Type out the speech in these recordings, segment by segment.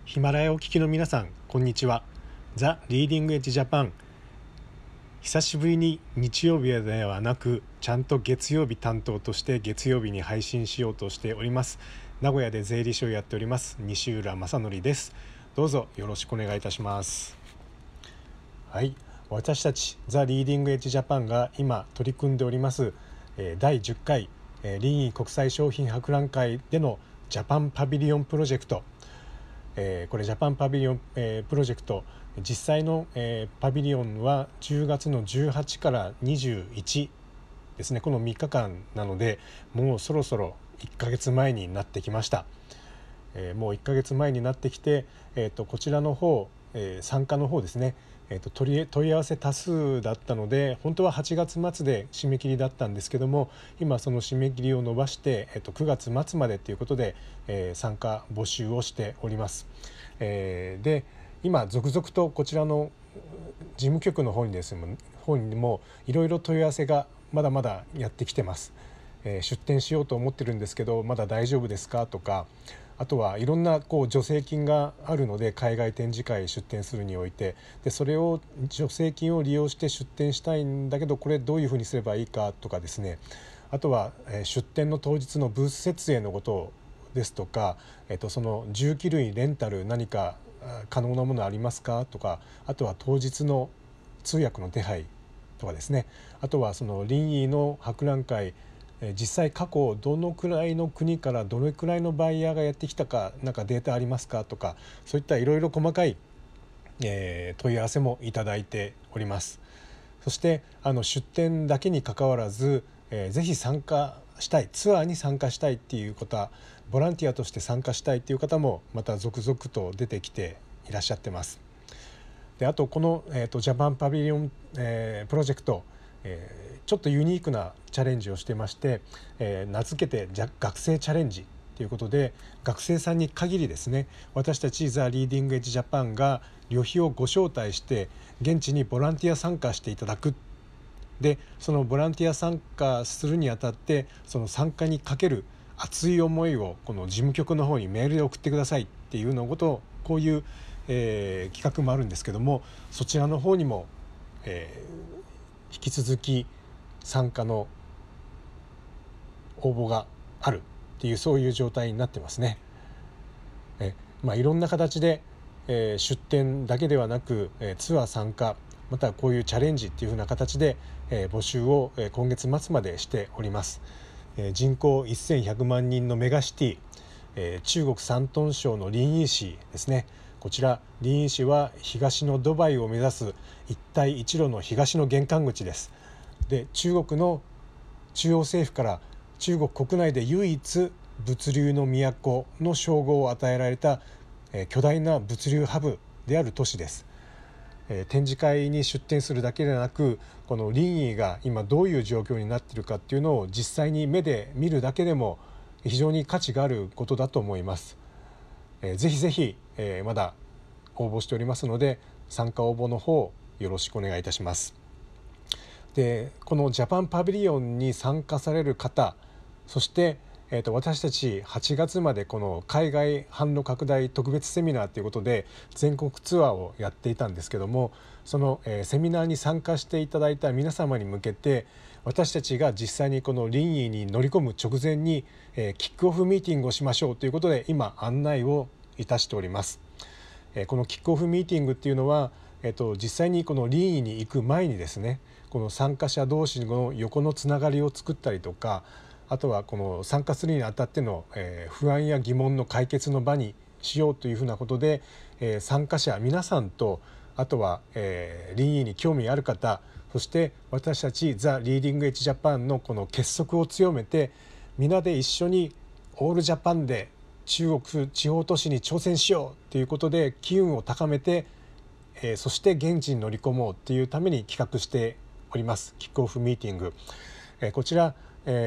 ヒマラヤを聞きの皆さん、こんにちは。ザ・リーディングエッジジャパン、久しぶりに日曜日ではなくちゃんと月曜日担当として月曜日に配信しようとしております。名古屋で税理士をやっております西浦正則です。どうぞよろしくお願いいたします。はい、私たちザ・リーディングエッジジャパンが今取り組んでおります第10回林医国際商品博覧会でのジャパンパビリオンプロジェクト、これジャパンパビリオン、プロジェクト、実際の、パビリオンは10月の18から21ですね。この3日間なので、もうそろそろ1ヶ月前になってきました。もう1ヶ月前になってきて、こちらの方、参加の方ですね、問い合わせ多数だったので、本当は8月末で締め切りだったんですけども、今その締め切りを延ばして、9月末までということで、参加募集をしております。で今続々とこちらの事務局の方にもいろいろ問い合わせがまだまだやってきてます。出店しようと思ってるんですけどまだ大丈夫ですかとか、あとはいろんな助成金があるので、海外展示会出展するにおいてそれを助成金を利用して出展したいんだけど、これどういうふうにすればいいかとかですね、あとは出展の当日のブース設営のことですとか、その重機類レンタル何か可能なものありますかとか、あとは当日の通訳の手配とかですね、あとはその林医の博覧会、実際過去どのくらいの国からどれくらいのバイヤーがやってきたか、なんかデータありますかとか、そういったいろいろ細かい、問い合わせもいただいております。そして出展だけにかかわらず、ぜひ参加したい、ツアーに参加したいっていう方、ボランティアとして参加したいっていう方もまた続々と出てきていらっしゃってます。であとこの、ジャパンパビリオン、プロジェクト、ちょっとユニークなチャレンジをしてまして、名付けて学生チャレンジということで、学生さんに限りですね、私たちザ・リーディングエッジジャパンが旅費をご招待して現地にボランティア参加していただく。でそのボランティア参加するにあたって、その参加にかける熱い思いをこの事務局の方にメールで送ってくださいっていうのことを、こういう、企画もあるんですけども、そちらの方にも、引き続き参加の応募があるっていう、そういう状態になってますね。いろんな形で、出展だけではなく、ツアー参加、またはこういうチャレンジっていう風な形で、募集を、今月末までしております。人口1100万人のメガシティ、中国山東省の臨沂市ですね。こちら臨沂市は東のドバイを目指す一帯一路の東の玄関口です。で中国の中央政府から中国国内で唯一物流の都の称号を与えられた、巨大な物流ハブである都市です。展示会に出展するだけでなく、この林医が今どういう状況になっているかっていうのを実際に目で見るだけでも非常に価値があることだと思います。ぜひぜひ、まだ応募しておりますので、参加応募の方よろしくお願いいたします。でこのジャパンパビリオンに参加される方、そして、私たち8月までこの海外販路拡大特別セミナーということで全国ツアーをやっていたんですけども、その、セミナーに参加していただいた皆様に向けて、私たちが実際にこの林医に乗り込む直前に、キックオフミーティングをしましょうということで今案内をいたしております。このキックオフミーティングっていうのは、実際にこの林医に行く前にですね、この参加者同士の横のつながりを作ったりとか、あとはこの参加するにあたっての、不安や疑問の解決の場にしようというふうなことで、参加者皆さんと、あとは、林医に興味ある方、そして私たちザ・リーディングエッジジャパンのこの結束を強めて、皆で一緒にオールジャパンで中国地方都市に挑戦しようということで機運を高めて、そして現地に乗り込もうというために企画しておりますキックオフミーティング。こちら、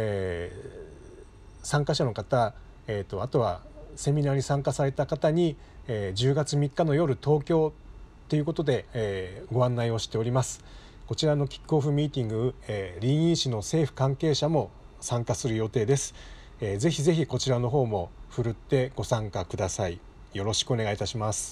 参加者の方、あとはセミナーに参加された方に、10月3日の夜東京ということで、ご案内をしております。こちらのキックオフミーティング、臨沂市の政府関係者も参加する予定です。ぜひぜひこちらの方もふるってご参加ください。 よろしくお願いいたします。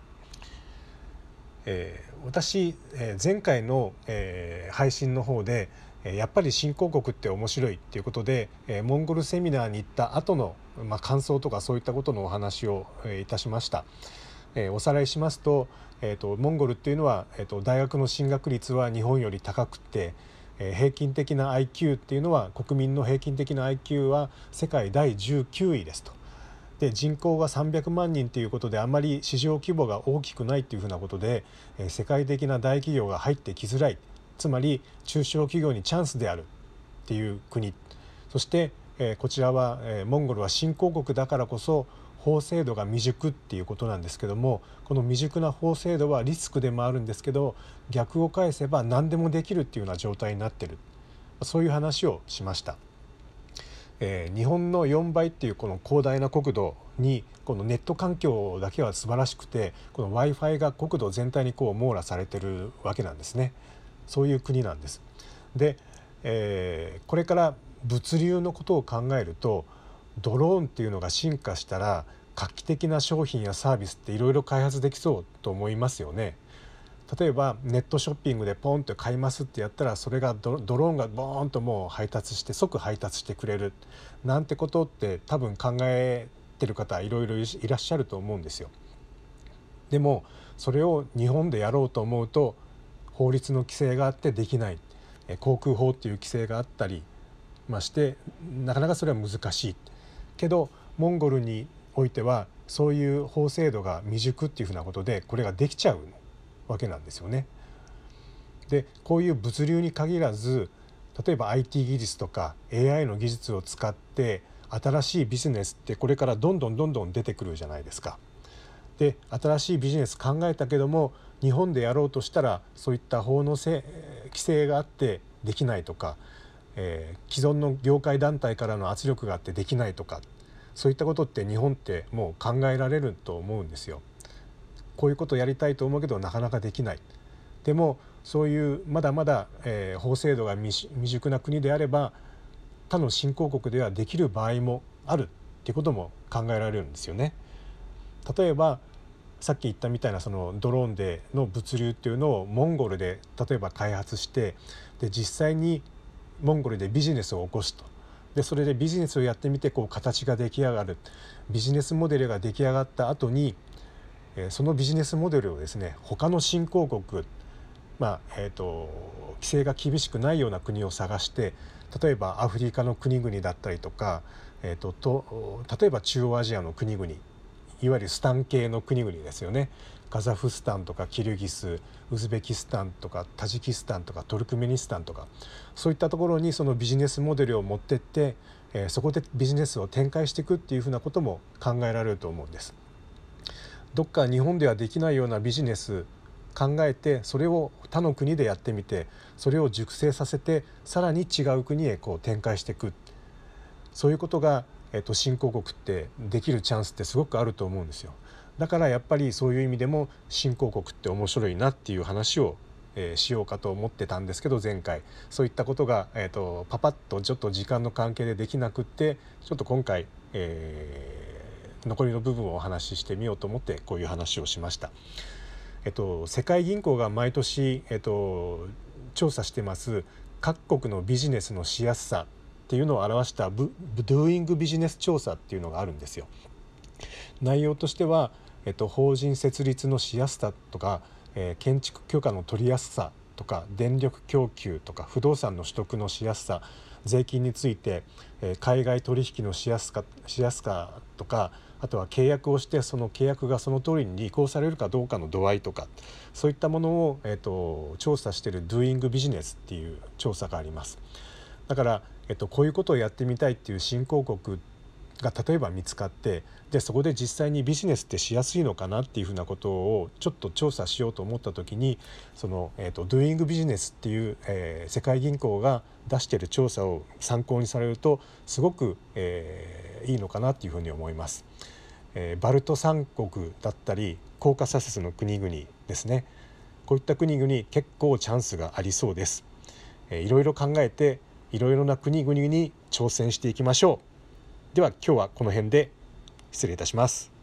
私、前回の、配信の方でやっぱり新興国って面白いっていうことで、モンゴルセミナーに行った後の、感想とかそういったことのお話を、いたしました。おさらいしますと、モンゴルっていうのは、大学の進学率は日本より高くて、平均的な IQ っていうのは国民の平均的な IQ は世界第19位ですと。で人口が300万人ということであまり市場規模が大きくないというふうなことで、世界的な大企業が入ってきづらい、つまり中小企業にチャンスであるっていう国、そして、こちらは、モンゴルは新興国だからこそ法制度が未熟っていうことなんですけども、この未熟な法制度はリスクでもあるんですけど、逆を返せば何でもできるっていうような状態になってる、そういう話をしました。日本の4倍っていうこの広大な国土にこのネット環境だけは素晴らしくて、この Wi-Fi が国土全体にこう網羅されてるわけなんですね。そういう国なんです。で、これから物流のことを考えると、ドローンっていうのが進化したら画期的な商品やサービスっていろいろ開発できそうと思いますよね。例えばネットショッピングでポンと買いますってやったら、それがドローンがボーンともう配達して即配達してくれるなんてことって多分考えてる方いろいろいらっしゃると思うんですよ。でもそれを日本でやろうと思うと法律の規制があってできない、航空法っていう規制があったりしてなかなかそれは難しいけど、モンゴルにおいてはそういう法制度が未熟っていうふうなことでこれができちゃうわけなんですよね。でこういう物流に限らず、例えば IT 技術とか AI の技術を使って新しいビジネスってこれからどんどん出てくるじゃないですか。で新しいビジネス考えたけども日本でやろうとしたらそういった法の規制があってできないとか、既存の業界団体からの圧力があってできないとか、そういったことって日本ってもう考えられると思うんですよ。こういうことをやりたいと思うけどなかなかできない。でもそういうまだまだ、法制度が未熟な国であれば他の新興国ではできる場合もあるっていうことも考えられるんですよね。例えばさっき言ったみたいなそのドローンでの物流っていうのをモンゴルで例えば開発して、で実際にモンゴルでビジネスを起こすと。でそれでビジネスをやってみてこう形が出来上がる、ビジネスモデルが出来上がった後にそのビジネスモデルをですね他の新興国、規制が厳しくないような国を探して、例えばアフリカの国々だったりとか、例えば中央アジアの国々、いわゆるスタン系の国々ですよね。カザフスタンとかキルギス、ウズベキスタンとかタジキスタンとかトルクメニスタンとか、そういったところにそのビジネスモデルを持ってって、そこでビジネスを展開していくっていうふうなことも考えられると思うんです。どっか日本ではできないようなビジネス考えて、それを他の国でやってみて、それを熟成させてさらに違う国へこう展開していく、そういうことが、新興国ってできるチャンスってすごくあると思うんですよ。だからやっぱりそういう意味でも新興国って面白いなっていう話を、しようかと思ってたんですけど、前回そういったことが、パパッとちょっと時間の関係でできなくって、ちょっと今回、残りの部分をお話ししてみようと思ってこういう話をしました。世界銀行が毎年、調査してます各国のビジネスのしやすさっていうのを表したDoing ビジネス調査っていうのがあるんですよ。内容としては、法人設立のしやすさとか、建築許可の取りやすさとか、電力供給とか、不動産の取得のしやすさ、税金について、海外取引のしやすさとか、あとは契約をしてその契約がその通りに履行されるかどうかの度合いとか、そういったものを、調査している Doing ビジネスっていう調査があります。だから、こういうことをやってみたいっていう新興国が例えば見つかって、でそこで実際にビジネスってしやすいのかなっていうふうなことをちょっと調査しようと思った時に、その、Doing ビジネスっていう、世界銀行が出している調査を参考にされるとすごく、いいのかなっていうふうに思います。バルト三国だったりコーカサスの国々ですね、こういった国々結構チャンスがありそうです。いろいろ考えていろいろな国々に挑戦していきましょう。では今日はこの辺で失礼いたします。